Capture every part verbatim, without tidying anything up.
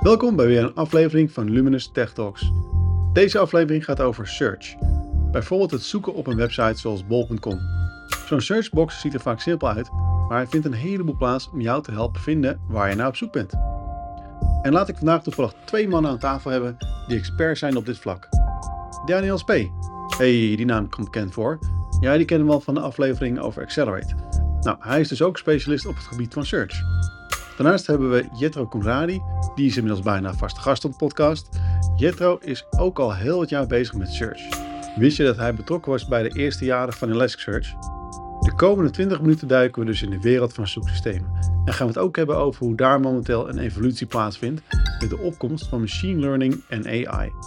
Welkom bij weer een aflevering van Luminous Tech Talks. Deze aflevering gaat over search. Bijvoorbeeld het zoeken op een website zoals bol punt com. Zo'n searchbox ziet er vaak simpel uit, maar hij vindt een heleboel plaats om jou te helpen vinden waar je naar op zoek bent. En laat ik vandaag toevallig twee mannen aan tafel hebben die experts zijn op dit vlak. Daniel Spee. Hey, die naam komt bekend voor. Ja, die kennen we al van de aflevering over Accelerate. Nou, hij is dus ook specialist op het gebied van search. Daarnaast hebben we Jetro Conradi, die is inmiddels bijna vaste gast op de podcast. Jetro is ook al heel wat jaar bezig met search. Wist je dat hij betrokken was bij de eerste jaren van Elasticsearch? De komende twintig minuten duiken we dus in de wereld van zoeksystemen. En gaan we het ook hebben over hoe daar momenteel een evolutie plaatsvindt met de opkomst van machine learning en A I.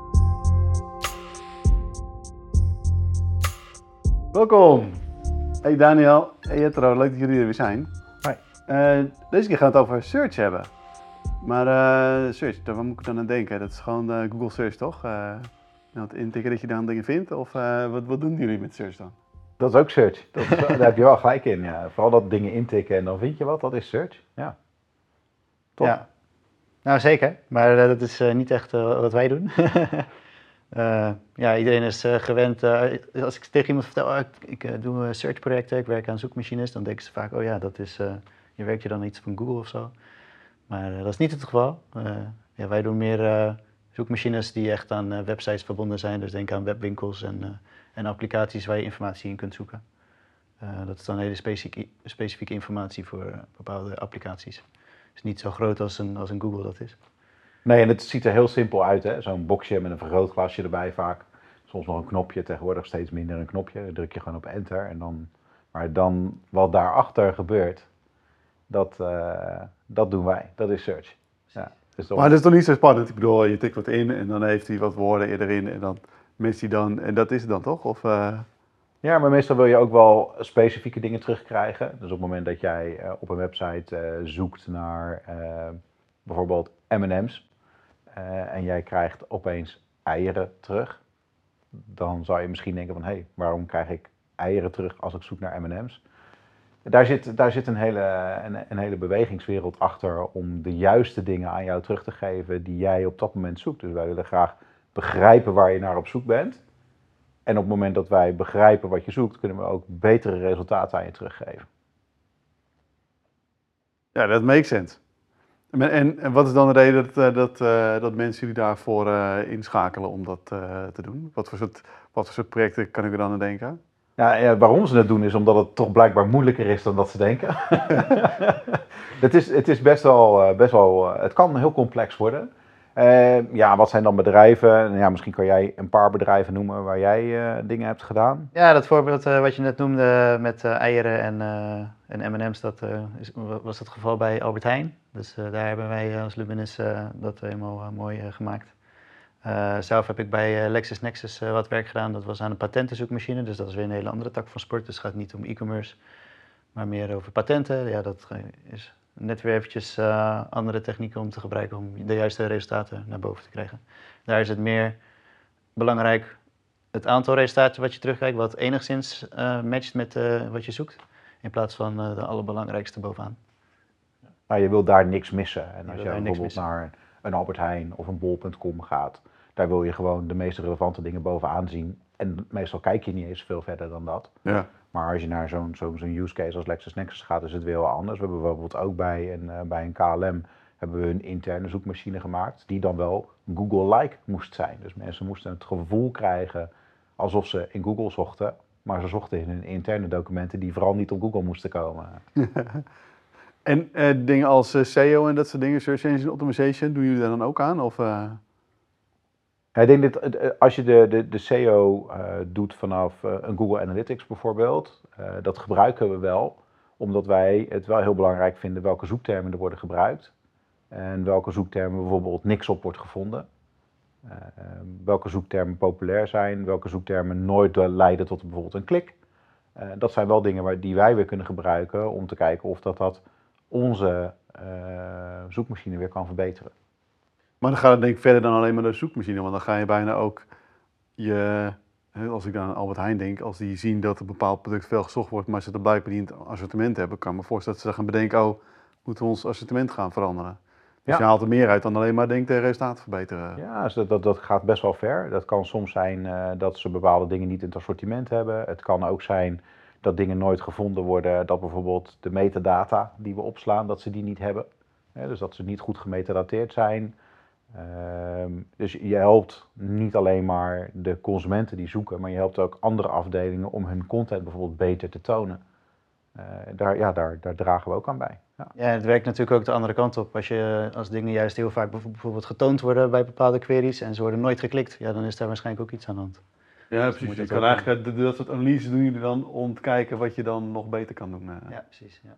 Welkom! Hey Daniel, hey Jetro, leuk dat jullie er weer zijn. Hoi. Uh, deze keer gaan we het over search hebben. Maar uh, search, daar moet ik dan aan denken? Dat is gewoon uh, Google Search, toch? Uh, nou, intikken dat je dan dingen vindt? Of uh, wat, wat doen jullie met search dan? Dat is ook search. Dat is, daar heb je wel gelijk in. Ja. Vooral dat dingen intikken en dan vind je wat, dat is search. Ja. Top. Ja. Nou zeker, maar uh, dat is uh, niet echt uh, wat wij doen. uh, ja, iedereen is uh, gewend. Uh, als ik tegen iemand vertel, oh, ik, ik uh, doe uh, searchprojecten, ik werk aan zoekmachines, dan denken ze vaak, oh ja, dat is, uh, je werkt je dan iets van Google of zo. Maar uh, dat is niet het geval. Uh, ja, wij doen meer uh, zoekmachines die echt aan uh, websites verbonden zijn. Dus denk aan webwinkels en, uh, en applicaties waar je informatie in kunt zoeken. Uh, dat is dan hele specifieke, specifieke informatie voor uh, bepaalde applicaties. Het is niet zo groot als een, als een Google dat is. Nee, en het ziet er heel simpel uit, hè? Zo'n boxje met een vergrootglasje erbij vaak. Soms nog een knopje, tegenwoordig steeds minder een knopje. Dan druk je gewoon op enter. En dan, maar dan wat daarachter gebeurt, dat, uh, dat doen wij. Dat is search. Ja, dus maar dat is toch niet zo spannend? Ik bedoel, je tikt wat in en dan heeft hij wat woorden erin en dan mist hij dan, en dat is het dan toch? Of, uh... Ja, maar meestal wil je ook wel specifieke dingen terugkrijgen. Dus op het moment dat jij uh, op een website uh, zoekt naar uh, bijvoorbeeld M en M's uh, en jij krijgt opeens eieren terug, dan zou je misschien denken van, hé, hey, waarom krijg ik eieren terug als ik zoek naar M en M's? Daar zit, daar zit een, hele, een, een hele bewegingswereld achter om de juiste dingen aan jou terug te geven die jij op dat moment zoekt. Dus wij willen graag begrijpen waar je naar op zoek bent. En op het moment dat wij begrijpen wat je zoekt, kunnen we ook betere resultaten aan je teruggeven. Ja, dat makes sense. En, en, en wat is dan de reden dat, dat, uh, dat mensen jullie daarvoor uh, inschakelen om dat uh, te doen? Wat voor, soort, wat voor soort projecten kan ik er dan aan denken? Ja, ja, waarom ze het doen is omdat het toch blijkbaar moeilijker is dan dat ze denken. het is, het is best wel, best wel, het kan heel complex worden. Uh, ja, wat zijn dan bedrijven? Ja, misschien kan jij een paar bedrijven noemen waar jij uh, dingen hebt gedaan. Ja, dat voorbeeld uh, wat je net noemde met uh, eieren en, uh, en M en M's, dat uh, is, was het geval bij Albert Heijn. Dus uh, daar hebben wij als Luminous uh, dat helemaal uh, mooi uh, gemaakt. Uh, zelf heb ik bij uh, LexisNexis uh, wat werk gedaan. Dat was aan een patentenzoekmachine, dus dat is weer een hele andere tak van sport. Dus het gaat niet om e-commerce, maar meer over patenten. Ja, dat is net weer eventjes uh, andere technieken om te gebruiken om de juiste resultaten naar boven te krijgen. Daar is het meer belangrijk het aantal resultaten wat je terugkrijgt, wat enigszins uh, matcht met uh, wat je zoekt, in plaats van uh, de allerbelangrijkste bovenaan. Nou, je wilt daar niks missen. En als je, je bijvoorbeeld naar een Albert Heijn of een bol punt com gaat, daar wil je gewoon de meest relevante dingen bovenaan zien. En meestal kijk je niet eens veel verder dan dat. Ja. Maar als je naar zo'n zo'n zo'n use case als LexisNexis gaat, is het weer wel anders. We hebben bijvoorbeeld ook bij een, uh, bij een K L M hebben we een interne zoekmachine gemaakt, die dan wel Google-like moest zijn. Dus mensen moesten het gevoel krijgen alsof ze in Google zochten, maar ze zochten in hun interne documenten die vooral niet op Google moesten komen. En uh, dingen als uh, S E O en dat soort dingen, Search Engine Optimization, doen jullie daar dan ook aan? Of, uh... ja, ik denk dat als je de, de, de S E O uh, doet vanaf uh, een Google Analytics bijvoorbeeld, uh, dat gebruiken we wel, omdat wij het wel heel belangrijk vinden welke zoektermen er worden gebruikt. En welke zoektermen bijvoorbeeld niks op wordt gevonden. Uh, welke zoektermen populair zijn, welke zoektermen nooit leiden tot bijvoorbeeld een klik. Uh, dat zijn wel dingen waar, die wij weer kunnen gebruiken om te kijken of dat, dat onze uh, zoekmachine weer kan verbeteren. Maar dan gaat het denk ik verder dan alleen maar de zoekmachine, want dan ga je bijna ook je, als ik dan aan Albert Heijn denk, als die zien dat een bepaald product veel gezocht wordt, maar ze dat blijkbaar niet in het assortiment hebben, kan ik me voorstellen dat ze gaan bedenken, oh, moeten we ons assortiment gaan veranderen. Dus Ja. je haalt er meer uit dan alleen maar denkt de resultaten verbeteren. Ja, dus dat, dat, dat gaat best wel ver. Dat kan soms zijn uh, dat ze bepaalde dingen niet in het assortiment hebben. Het kan ook zijn dat dingen nooit gevonden worden. Dat bijvoorbeeld de metadata die we opslaan, dat ze die niet hebben. Hè, dus dat ze niet goed gemetadateerd zijn. Uh, dus je helpt niet alleen maar de consumenten die zoeken, maar je helpt ook andere afdelingen om hun content bijvoorbeeld beter te tonen. Uh, daar, ja, daar, daar dragen we ook aan bij. Ja. Ja, het werkt natuurlijk ook de andere kant op. Als, je, als dingen juist heel vaak bijvoorbeeld getoond worden bij bepaalde queries en ze worden nooit geklikt, ja, dan is daar waarschijnlijk ook iets aan de hand. Ja, Dus precies. moet Je dat kan ook eigenlijk, dat soort analyses doen jullie dan om te kijken wat je dan nog beter kan doen. Uh. Ja, precies. Ja.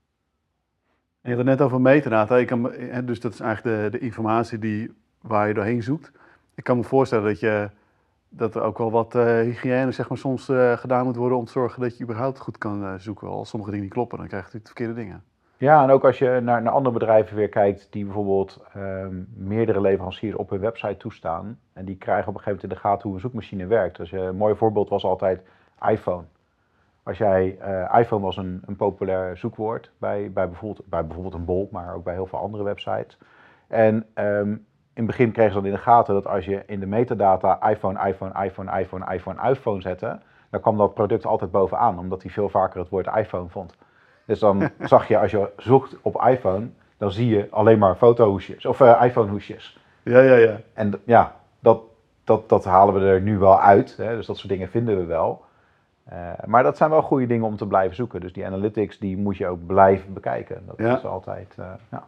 Je had het net over metadata. Ik kan, me- dus dat is eigenlijk de, de informatie die, waar je doorheen zoekt. Ik kan me voorstellen dat, je, dat er ook wel wat uh, hygiëne zeg maar, soms uh, gedaan moet worden om te zorgen dat je überhaupt goed kan uh, zoeken. Als sommige dingen niet kloppen, dan krijg je natuurlijk de verkeerde dingen. Ja, en ook als je naar, naar andere bedrijven weer kijkt die bijvoorbeeld um, meerdere leveranciers op hun website toestaan. En die krijgen op een gegeven moment in de gaten hoe een zoekmachine werkt. Dus uh, een mooi voorbeeld was altijd iPhone. Als jij, uh, iPhone was een, een populair zoekwoord bij, bij, bijvoorbeeld, bij bijvoorbeeld een Bol, maar ook bij heel veel andere websites. En um, in het begin kregen ze dan in de gaten dat als je in de metadata iPhone, iPhone, iPhone, iPhone, iPhone, iPhone zette, dan kwam dat product altijd bovenaan, omdat hij veel vaker het woord iPhone vond. Dus dan zag je, als je zoekt op iPhone, dan zie je alleen maar fotohoesjes, of uh, iPhone-hoesjes. Ja, ja, ja. En ja, dat, dat, dat halen we er nu wel uit, hè, dus dat soort dingen vinden we wel. Uh, maar dat zijn wel goede dingen om te blijven zoeken. Dus die analytics, die moet je ook blijven bekijken. Dat Ja. is altijd, uh, ja.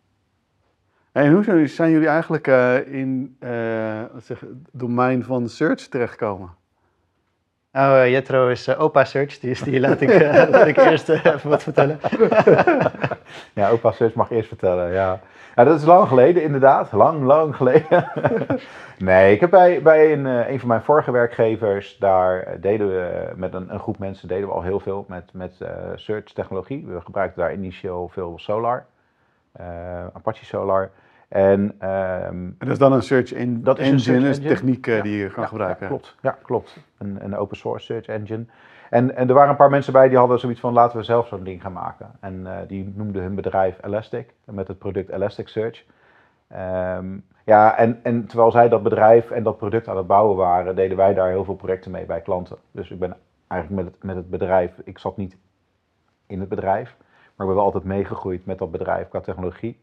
En hoe zijn jullie eigenlijk uh, in uh, wat zeg, het domein van search terechtgekomen? Nou, uh, Jetro is uh, opa search, die, is, die laat, ik, uh, laat ik eerst uh, even wat vertellen. Ja, opa search mag eerst vertellen, ja. Ja, dat is lang geleden, inderdaad. Lang, lang geleden. Nee, ik heb bij, bij een, een van mijn vorige werkgevers, daar deden we met een, een groep mensen deden we al heel veel met, met uh, search technologie. We gebruikten daar initieel veel Solar, uh, Apache Solar. En, um, en dat is dan een search in, dat is engine, een search is engine. techniek uh, Ja, die je kan ja, gebruiken. Ja, klopt. Ja, klopt. Een, een open source search engine. En, en er waren een paar mensen bij die hadden zoiets van laten we zelf zo'n ding gaan maken. En uh, die noemden hun bedrijf Elastic, met het product Elasticsearch. Um, ja, en, en terwijl zij dat bedrijf en dat product aan het bouwen waren, deden wij daar heel veel projecten mee bij klanten. Dus ik ben eigenlijk met het, met het bedrijf, ik zat niet in het bedrijf, maar ik ben wel altijd meegegroeid met dat bedrijf qua technologie.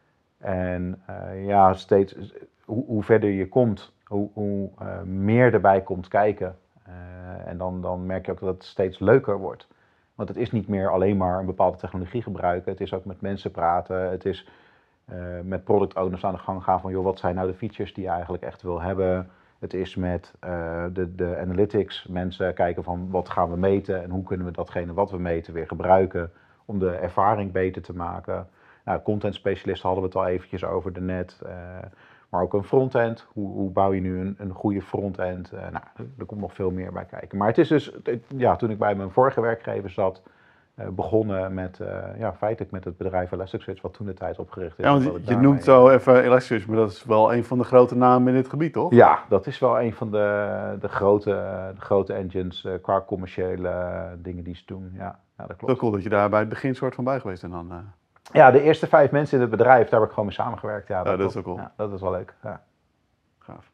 En uh, ja, steeds, hoe, hoe verder je komt, hoe, hoe uh, meer erbij komt kijken. Uh, en dan, dan merk je ook dat het steeds leuker wordt. Want het is niet meer alleen maar een bepaalde technologie gebruiken. Het is ook met mensen praten. Het is uh, met product owners aan de gang gaan van, joh, wat zijn nou de features die je eigenlijk echt wil hebben. Het is met uh, de, de analytics mensen kijken van, wat gaan we meten en hoe kunnen we datgene wat we meten weer gebruiken om de ervaring beter te maken. Nou, content specialisten hadden we het al eventjes over de net. Uh, maar ook een frontend. Hoe, hoe bouw je nu een, een goede frontend? Uh, nou, er komt nog veel meer bij kijken. Maar het is dus, het, ja, toen ik bij mijn vorige werkgever zat, uh, begonnen met, uh, ja, feitelijk met het bedrijf Elasticsearch, wat toen de tijd opgericht is. Ja, want je, je noemt zo even Elasticsearch, maar dat is wel een van de grote namen in dit gebied, toch? Ja, dat is wel een van de, de, grote, de grote engines uh, qua commerciële uh, dingen die ze doen. Ja, ja, dat klopt. Wel cool dat je daar bij het begin soort van bij geweest bent dan. Uh. Ja, de eerste vijf mensen in het bedrijf, daar heb ik gewoon mee samengewerkt. Ja, dat, ja, dat is ook cool. Ja, dat is wel leuk. Ja. Gaaf.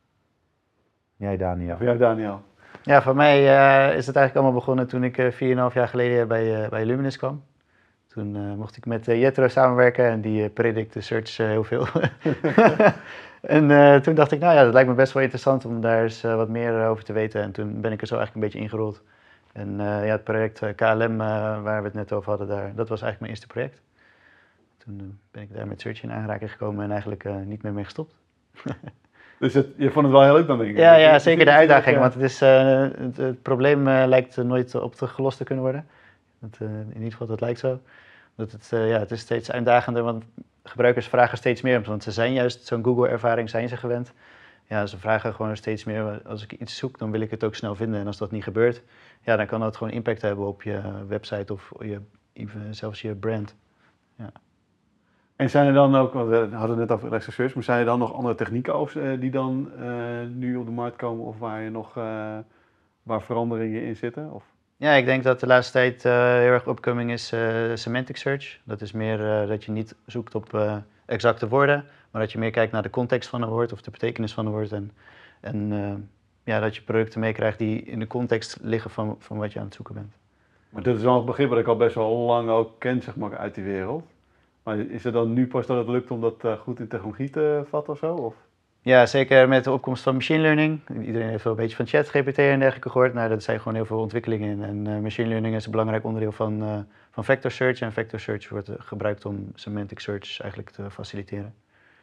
Jij, Daniel. Voor jou, Daniel. Ja, voor mij uh, is het eigenlijk allemaal begonnen toen ik uh, vier en een half jaar geleden bij, uh, bij Luminous kwam. Toen uh, mocht ik met uh, Jetro samenwerken en die uh, predicte search uh, heel veel. en uh, toen dacht ik, nou ja, dat lijkt me best wel interessant om daar eens uh, wat meer over te weten. En toen ben ik er zo eigenlijk een beetje ingerold. En uh, ja, het project uh, K L M, uh, waar we het net over hadden, daar, dat was eigenlijk mijn eerste project. Toen uh, ben ik daar met search in aanraking gekomen en eigenlijk uh, niet meer mee gestopt. Dus het, je vond het wel heel leuk dan, denk ik? Ja, ja, zeker de uitdaging, want het, is, uh, het, het probleem uh, lijkt nooit op te gelost te kunnen worden. Het, uh, in ieder geval, dat lijkt zo. Dat het, uh, ja, het is steeds uitdagender, want gebruikers vragen steeds meer, want ze zijn juist zo'n Google-ervaring, zijn ze gewend. Ja, ze vragen gewoon steeds meer, als ik iets zoek, dan wil ik het ook snel vinden. En als dat niet gebeurt, ja, dan kan dat gewoon impact hebben op je website of je, even, zelfs je brand. Ja. En zijn er dan ook, want we hadden het net over Elasticsearch, maar zijn er dan nog andere technieken of, uh, die dan uh, nu op de markt komen of waar je nog, uh, waar veranderingen in zitten? Of? Ja, ik denk dat de laatste tijd uh, heel erg opkoming is uh, semantic search. Dat is meer uh, dat je niet zoekt op uh, exacte woorden, maar dat je meer kijkt naar de context van een woord of de betekenis van een woord. En, en uh, ja, dat je producten meekrijgt die in de context liggen van, van wat je aan het zoeken bent. Maar dit is wel een begrip wat ik al best wel lang ook ken, zeg maar, uit die wereld. Maar is het dan nu pas dat het lukt om dat uh, goed in technologie te vatten of zo? Of? Ja, zeker met de opkomst van machine learning. Iedereen heeft wel een beetje van ChatGPT en dergelijke gehoord. Nou, dat zijn gewoon heel veel ontwikkelingen in. En uh, machine learning is een belangrijk onderdeel van, uh, van vector search. En vector search wordt uh, gebruikt om semantic search eigenlijk te faciliteren.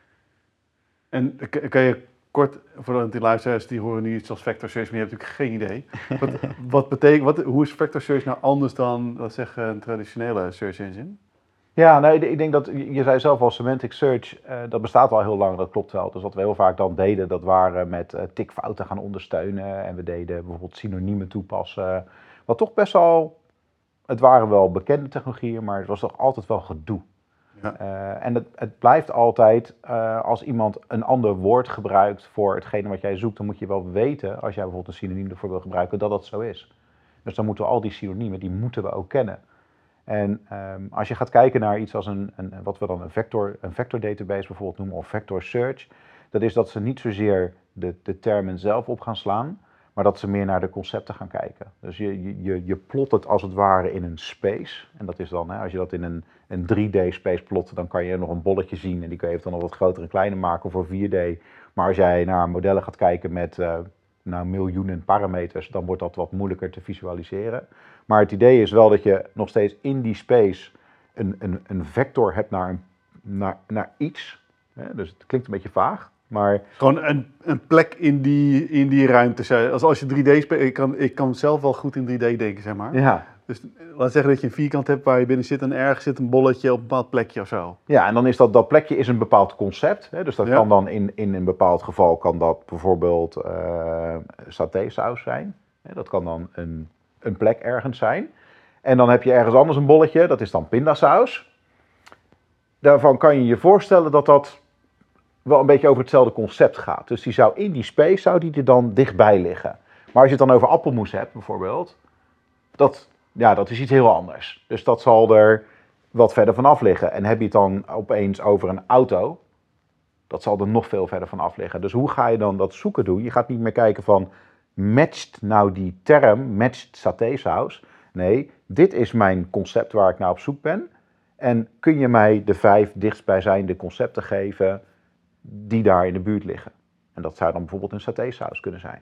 En kan je kort, voor die luisteraars die horen nu iets als vector search, maar je hebt natuurlijk geen idee. Wat, wat betekent, wat, hoe is vector search nou anders dan, laat zeggen, een traditionele search engine? Ja, nou, ik denk dat, je zei zelf al, semantic search, uh, dat bestaat al heel lang, dat klopt wel. Dus wat we heel vaak dan deden, dat waren met uh, tikfouten gaan ondersteunen. En we deden bijvoorbeeld synoniemen toepassen. Wat toch best wel, het waren wel bekende technologieën, maar het was toch altijd wel gedoe. Ja. Uh, en het, het blijft altijd, uh, als iemand een ander woord gebruikt voor hetgene wat jij zoekt, dan moet je wel weten, als jij bijvoorbeeld een synoniem ervoor wil gebruiken, dat dat zo is. Dus dan moeten we al die synoniemen, die moeten we ook kennen. En um, als je gaat kijken naar iets als een, een wat we dan een vector, een vector database bijvoorbeeld noemen, of vector search, dat is dat ze niet zozeer de, de termen zelf op gaan slaan, maar dat ze meer naar de concepten gaan kijken. Dus je, je, je plot het als het ware in een space. En dat is dan, hè, als je dat in een, een drie D space plot, dan kan je nog een bolletje zien en die kun je dan nog wat groter en kleiner maken voor vier D. Maar als jij naar modellen gaat kijken met uh, nou, miljoenen parameters, dan wordt dat wat moeilijker te visualiseren. Maar het idee is wel dat je nog steeds in die space een, een, een vector hebt naar, een, naar, naar iets. Hè? Dus het klinkt een beetje vaag. Maar gewoon een, een plek in die, in die ruimte. Als, als je drie D speelt, ik kan, ik kan zelf wel goed in drie D denken, zeg maar. Ja. Dus laat zeggen dat je een vierkant hebt waar je binnen zit en ergens zit een bolletje op een bepaald plekje of zo. Ja, en dan is dat, dat plekje is een bepaald concept. Hè? Dus dat ja. kan dan in, in een bepaald geval kan dat bijvoorbeeld uh, satésaus zijn. Hè? Dat kan dan een, een plek ergens zijn. En dan heb je ergens anders een bolletje, dat is dan pindasaus. Daarvan kan je je voorstellen dat dat wel een beetje over hetzelfde concept gaat. Dus die zou in die space zou die er dan dichtbij liggen. Maar als je het dan over appelmoes hebt bijvoorbeeld, dat, ja, dat is iets heel anders. Dus dat zal er wat verder vanaf liggen. En heb je het dan opeens over een auto, dat zal er nog veel verder vanaf liggen. Dus hoe ga je dan dat zoeken doen? Je gaat niet meer kijken van, matcht nou die term, matcht satésaus? Nee, dit is mijn concept waar ik naar op zoek ben. En kun je mij de vijf dichtstbijzijnde concepten geven die daar in de buurt liggen? En dat zou dan bijvoorbeeld een satésaus kunnen zijn.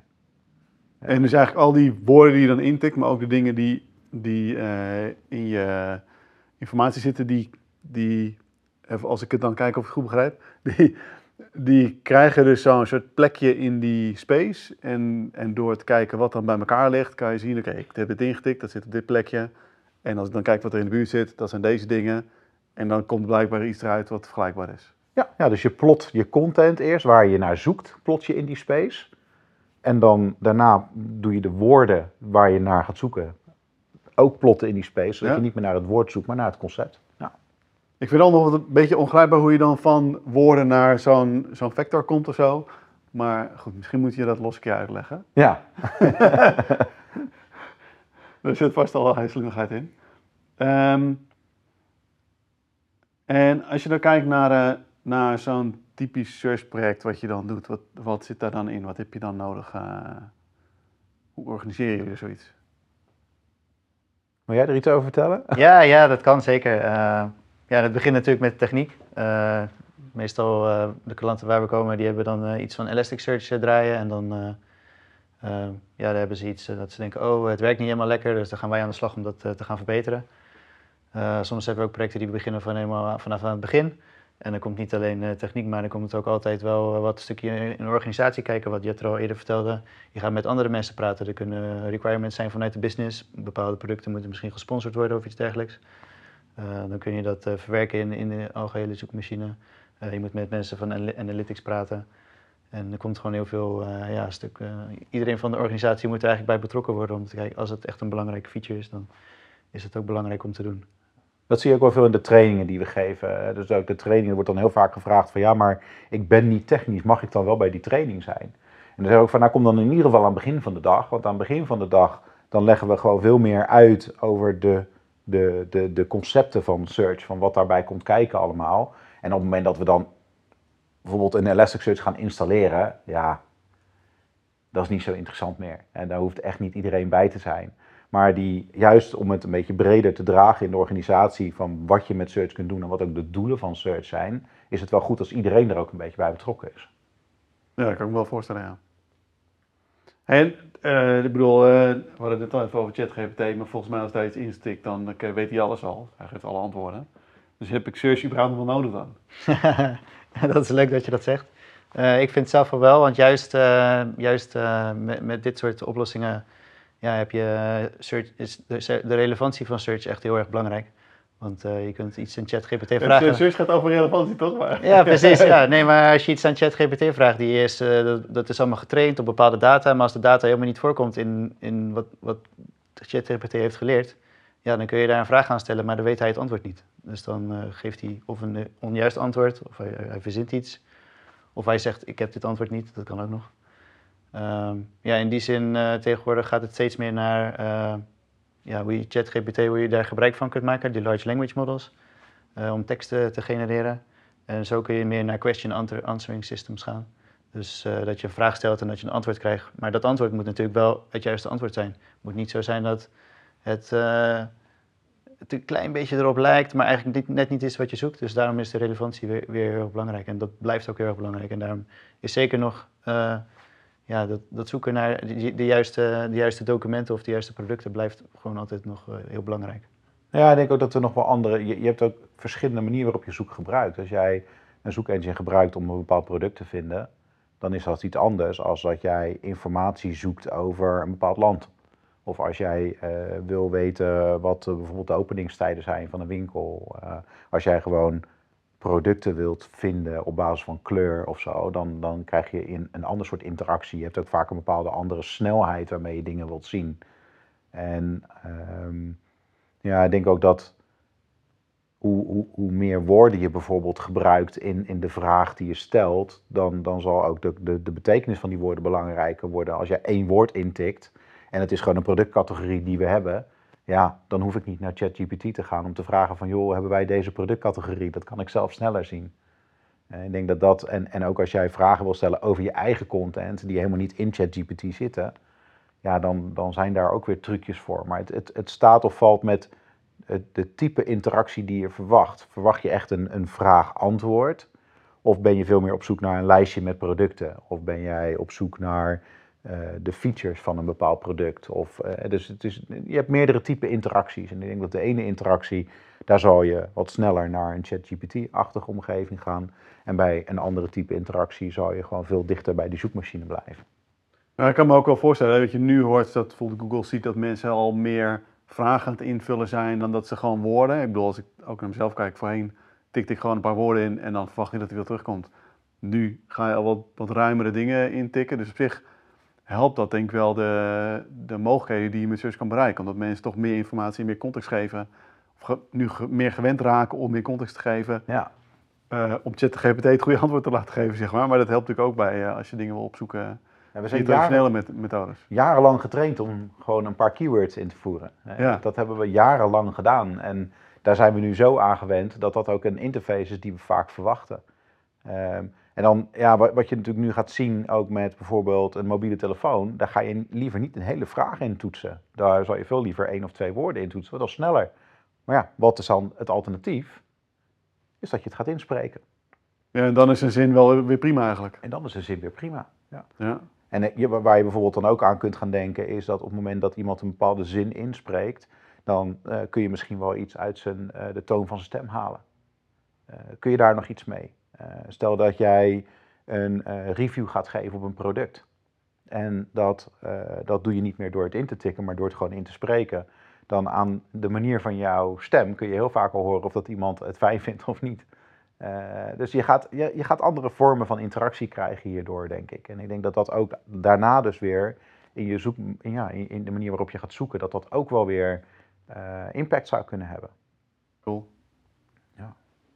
En dus eigenlijk al die woorden die je dan intikt, maar ook de dingen die, die uh, in je informatie zitten, die, die, als ik het dan kijk of ik het goed begrijp, die, die krijgen dus zo'n soort plekje in die space. En, en door het kijken wat dan bij elkaar ligt, kan je zien, oké, okay, ik heb het ingetikt, dat zit op dit plekje. En als ik dan kijk wat er in de buurt zit, dat zijn deze dingen. En dan komt blijkbaar iets eruit wat vergelijkbaar is. Ja, ja, dus je plot je content eerst, waar je naar zoekt, plot je in die space. En dan daarna doe je de woorden waar je naar gaat zoeken ook plotten in die space, zodat ja. je niet meer naar het woord zoekt, maar naar het concept. Ja. Ik vind al nog een beetje ongrijpbaar hoe je dan van woorden naar zo'n zo'n vector komt of zo. Maar goed, misschien moet je dat los een keer uitleggen. Ja. Er zit vast al wel huiselijkheid in. Um, en als je dan kijkt naar, uh, naar zo'n typisch search project wat je dan doet, wat, wat zit daar dan in? Wat heb je dan nodig? Uh, hoe organiseer je zoiets? Wil jij er iets over vertellen? Ja, ja, dat kan zeker. Uh, ja, het begint natuurlijk met techniek. Uh, meestal uh, de klanten waar we komen, die hebben dan uh, iets van Elasticsearch uh, draaien. En dan, uh, uh, ja, dan hebben ze iets uh, dat ze denken, oh, het werkt niet helemaal lekker. Dus dan gaan wij aan de slag om dat uh, te gaan verbeteren. Uh, soms hebben we ook projecten die beginnen van helemaal vanaf aan het begin. En dan komt niet alleen uh, techniek, maar dan komt het ook altijd wel uh, wat stukje in de organisatie kijken, wat Jetro al eerder vertelde. Je gaat met andere mensen praten, er kunnen requirements zijn vanuit de business. Bepaalde producten moeten misschien gesponsord worden of iets dergelijks. Uh, dan kun je dat uh, verwerken in, in de algehele zoekmachine. Uh, je moet met mensen van analytics praten. En er komt gewoon heel veel, uh, ja, stuk, uh, iedereen van de organisatie moet er eigenlijk bij betrokken worden om te kijken, als het echt een belangrijke feature is, dan is het ook belangrijk om te doen. Dat zie je ook wel veel in de trainingen die we geven. Dus ook de trainingen wordt dan heel vaak gevraagd van ja, maar ik ben niet technisch, mag ik dan wel bij die training zijn? En dan zeg ik ook van nou, kom dan in ieder geval aan het begin van de dag. Want aan het begin van de dag, dan leggen we gewoon veel meer uit over de, de, de, de concepten van search, van wat daarbij komt kijken allemaal. En op het moment dat we dan bijvoorbeeld een Elasticsearch gaan installeren, ja, dat is niet zo interessant meer. En daar hoeft echt niet iedereen bij te zijn. Maar die, juist om het een beetje breder te dragen in de organisatie van wat je met search kunt doen en wat ook de doelen van search zijn, is het wel goed als iedereen er ook een beetje bij betrokken is. Ja, dat kan ik me wel voorstellen, ja. En, uh, ik bedoel, uh, we hadden het al even over ChatGPT, maar volgens mij als daar iets instikt, dan uh, weet hij alles al. Hij geeft alle antwoorden. Dus heb ik search überhaupt nog wel nodig dan? Dat is leuk dat je dat zegt. Uh, ik vind het zelf wel wel, want juist, uh, juist uh, met, met dit soort oplossingen ja, heb je search, is de, de relevantie van search echt heel erg belangrijk. Want uh, je kunt iets in ChatGPT vragen. Het search gaat over relevantie, toch? Maar. Ja, precies. Ja. Nee, maar als je iets aan ChatGPT vraagt, die is, uh, dat, dat is allemaal getraind op bepaalde data. Maar als de data helemaal niet voorkomt in, in wat, wat ChatGPT heeft geleerd, ja, dan kun je daar een vraag aan stellen, maar dan weet hij het antwoord niet. Dus dan uh, geeft hij of een onjuist antwoord, of hij, hij verzint iets. Of hij zegt, ik heb dit antwoord niet, dat kan ook nog. Um, ja, in die zin, uh, tegenwoordig gaat het steeds meer naar uh, ja, hoe je ChatGPT, hoe je daar gebruik van kunt maken, die large language models, uh, om teksten te genereren. En zo kun je meer naar question answering systems gaan. Dus uh, dat je een vraag stelt en dat je een antwoord krijgt. Maar dat antwoord moet natuurlijk wel het juiste antwoord zijn. Het moet niet zo zijn dat het, uh, het een klein beetje erop lijkt, maar eigenlijk niet, net niet is wat je zoekt. Dus daarom is de relevantie weer, weer heel erg belangrijk. En dat blijft ook heel erg belangrijk. En daarom is zeker nog uh, ja, dat, dat zoeken naar de, de, juiste, de juiste documenten of de juiste producten blijft gewoon altijd nog uh, heel belangrijk. Ja, ik denk ook dat er nog wel andere... Je, je hebt ook verschillende manieren waarop je zoek gebruikt. Als jij een zoekengine gebruikt om een bepaald product te vinden, dan is dat iets anders als dat jij informatie zoekt over een bepaald land. Of als jij uh, wil weten wat uh, bijvoorbeeld de openingstijden zijn van een winkel. Uh, als jij gewoon producten wilt vinden op basis van kleur of zo, dan, dan krijg je in een ander soort interactie. Je hebt ook vaak een bepaalde andere snelheid waarmee je dingen wilt zien. En um, ja, ik denk ook dat hoe, hoe, hoe meer woorden je bijvoorbeeld gebruikt in, in de vraag die je stelt, dan, dan zal ook de, de, de betekenis van die woorden belangrijker worden. Als je één woord intikt en het is gewoon een productcategorie die we hebben, ja, dan hoef ik niet naar ChatGPT te gaan om te vragen van, joh, hebben wij deze productcategorie? Dat kan ik zelf sneller zien. En ik denk dat dat, en, en ook als jij vragen wil stellen over je eigen content, die helemaal niet in ChatGPT zitten, ja, dan, dan zijn daar ook weer trucjes voor. Maar het, het, het staat of valt met het, de type interactie die je verwacht. Verwacht je echt een, een vraag-antwoord? Of ben je veel meer op zoek naar een lijstje met producten? Of ben jij op zoek naar uh, de features van een bepaald product? Of, uh, dus het is, je hebt meerdere type interacties. En ik denk dat de ene interactie, daar zal je wat sneller naar een ChatGPT-achtige omgeving gaan. En bij een andere type interactie zal je gewoon veel dichter bij die zoekmachine blijven. Nou, ik kan me ook wel voorstellen dat je nu hoort dat bijvoorbeeld Google ziet dat mensen al meer vragen aan het invullen zijn dan dat ze gewoon woorden. Ik bedoel, als ik ook naar mezelf kijk, voorheen tikte ik gewoon een paar woorden in en dan verwacht ik dat hij weer terugkomt. Nu ga je al wat, wat ruimere dingen intikken. Dus op zich helpt dat denk ik wel de, de mogelijkheden die je met search kan bereiken. Omdat mensen toch meer informatie en meer context geven. Of ge, nu ge, meer gewend raken om meer context te geven. Ja. Uh, om ChatGPT het goede antwoord te laten geven, zeg maar. Maar dat helpt natuurlijk ook bij uh, als je dingen wil opzoeken. Ja, we zijn traditionele jaren, methodes. jarenlang getraind om gewoon een paar keywords in te voeren. Ja. Dat hebben we jarenlang gedaan. En daar zijn we nu zo aan gewend dat dat ook een interface is die we vaak verwachten. Um, en dan, ja, wat, wat je natuurlijk nu gaat zien, ook met bijvoorbeeld een mobiele telefoon, daar ga je liever niet een hele vraag in toetsen. Daar zal je veel liever één of twee woorden in toetsen, wat al sneller. Maar ja, wat is dan het alternatief? Is dat je het gaat inspreken. Ja, en dan is een zin wel weer prima eigenlijk. En dan is een zin weer prima, ja. Ja. En waar je bijvoorbeeld dan ook aan kunt gaan denken, is dat op het moment dat iemand een bepaalde zin inspreekt, dan uh, kun je misschien wel iets uit zijn, uh, de toon van zijn stem halen. Uh, kun je daar nog iets mee? Uh, stel dat jij een uh, review gaat geven op een product. En dat, uh, dat doe je niet meer door het in te tikken, maar door het gewoon in te spreken. Dan aan de manier van jouw stem kun je heel vaak al horen of dat iemand het fijn vindt of niet. Uh, dus je gaat, je, je gaat andere vormen van interactie krijgen hierdoor, denk ik. En ik denk dat dat ook daarna dus weer in, je zoek, in, ja, in, in de manier waarop je gaat zoeken, dat dat ook wel weer uh, impact zou kunnen hebben. Cool. Ja.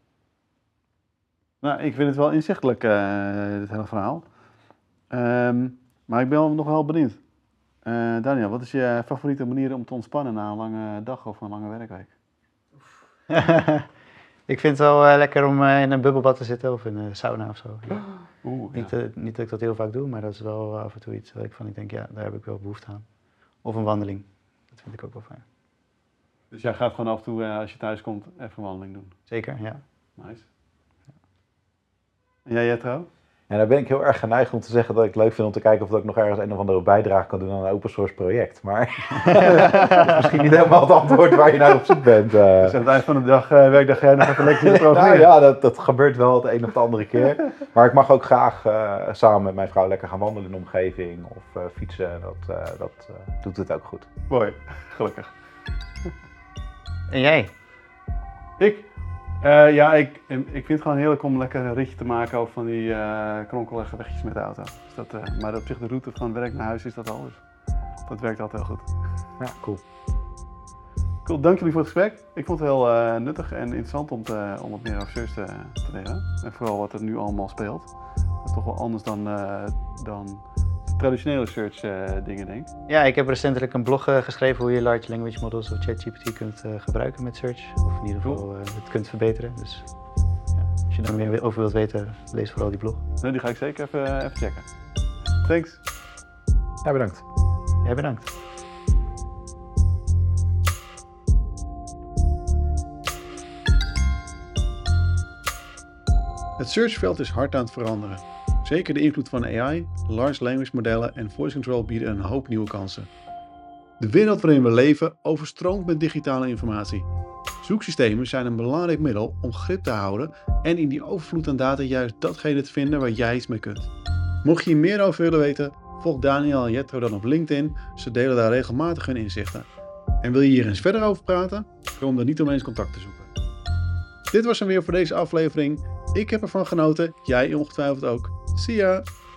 Nou, ik vind het wel inzichtelijk, uh, dit hele verhaal. Um, maar ik ben nog wel benieuwd. Uh, Daniel, wat is je favoriete manier om te ontspannen na een lange dag of een lange werkweek? Ik vind het wel uh, lekker om uh, in een bubbelbad te zitten of in een sauna of zo. Ja. Oeh, niet, ja. uh, niet dat ik dat heel vaak doe, maar dat is wel uh, af en toe iets waar ik van ik denk, ja, daar heb ik wel behoefte aan. Of een wandeling, dat vind ik ook wel fijn. Dus jij gaat gewoon af en toe, uh, als je thuis komt, even een wandeling doen? Zeker, ja. Nice. Ja. En jij, Jetro? En daar ben ik heel erg geneigd om te zeggen dat ik leuk vind om te kijken of dat ik nog ergens een of andere bijdrage kan doen aan een open source project. Maar dat is misschien niet helemaal het antwoord waar je naar op zoek bent. Uh. Dus aan het eind van de dag, uh, werkdag, jij nog even lekker te programmeren. Nou ja, dat, dat gebeurt wel het een of de andere keer. Maar ik mag ook graag uh, samen met mijn vrouw lekker gaan wandelen in de omgeving of uh, fietsen. Dat, uh, dat uh, doet het ook goed. Mooi, gelukkig. En jij? Ik? Uh, ja, ik, ik vind het gewoon heerlijk om lekker een ritje te maken over van die uh, kronkelige wegjes met de auto. Dus dat, uh, maar op zich de route van werk naar huis is dat al. Dus dat werkt altijd heel goed. Ja, cool. Cool, dank jullie voor het gesprek. Ik vond het heel uh, nuttig en interessant om, te, om wat meer over Search te, te leren. En vooral wat er nu allemaal speelt. Dat is toch wel anders dan, uh, dan traditionele search uh, dingen, denk ik. Ja, ik heb recentelijk een blog uh, geschreven hoe je large language models of ChatGPT kunt uh, gebruiken met search. Of in ieder geval uh, het kunt verbeteren. Dus ja, als je daar meer over wilt weten, lees vooral die blog. Nee, die ga ik zeker even, uh, even checken. Thanks. Ja, bedankt. Jij bedankt. Het searchveld is hard aan het veranderen. Zeker de invloed van A I, large language modellen en voice control bieden een hoop nieuwe kansen. De wereld waarin we leven overstroomt met digitale informatie. Zoeksystemen zijn een belangrijk middel om grip te houden en in die overvloed aan data juist datgene te vinden waar jij iets mee kunt. Mocht je hier meer over willen weten, volg Daniel en Jetro dan op LinkedIn, ze delen daar regelmatig hun inzichten. En wil je hier eens verder over praten? Kom dan niet om eens contact te zoeken. Dit was hem weer voor deze aflevering. Ik heb ervan genoten, jij ongetwijfeld ook. Zie ya!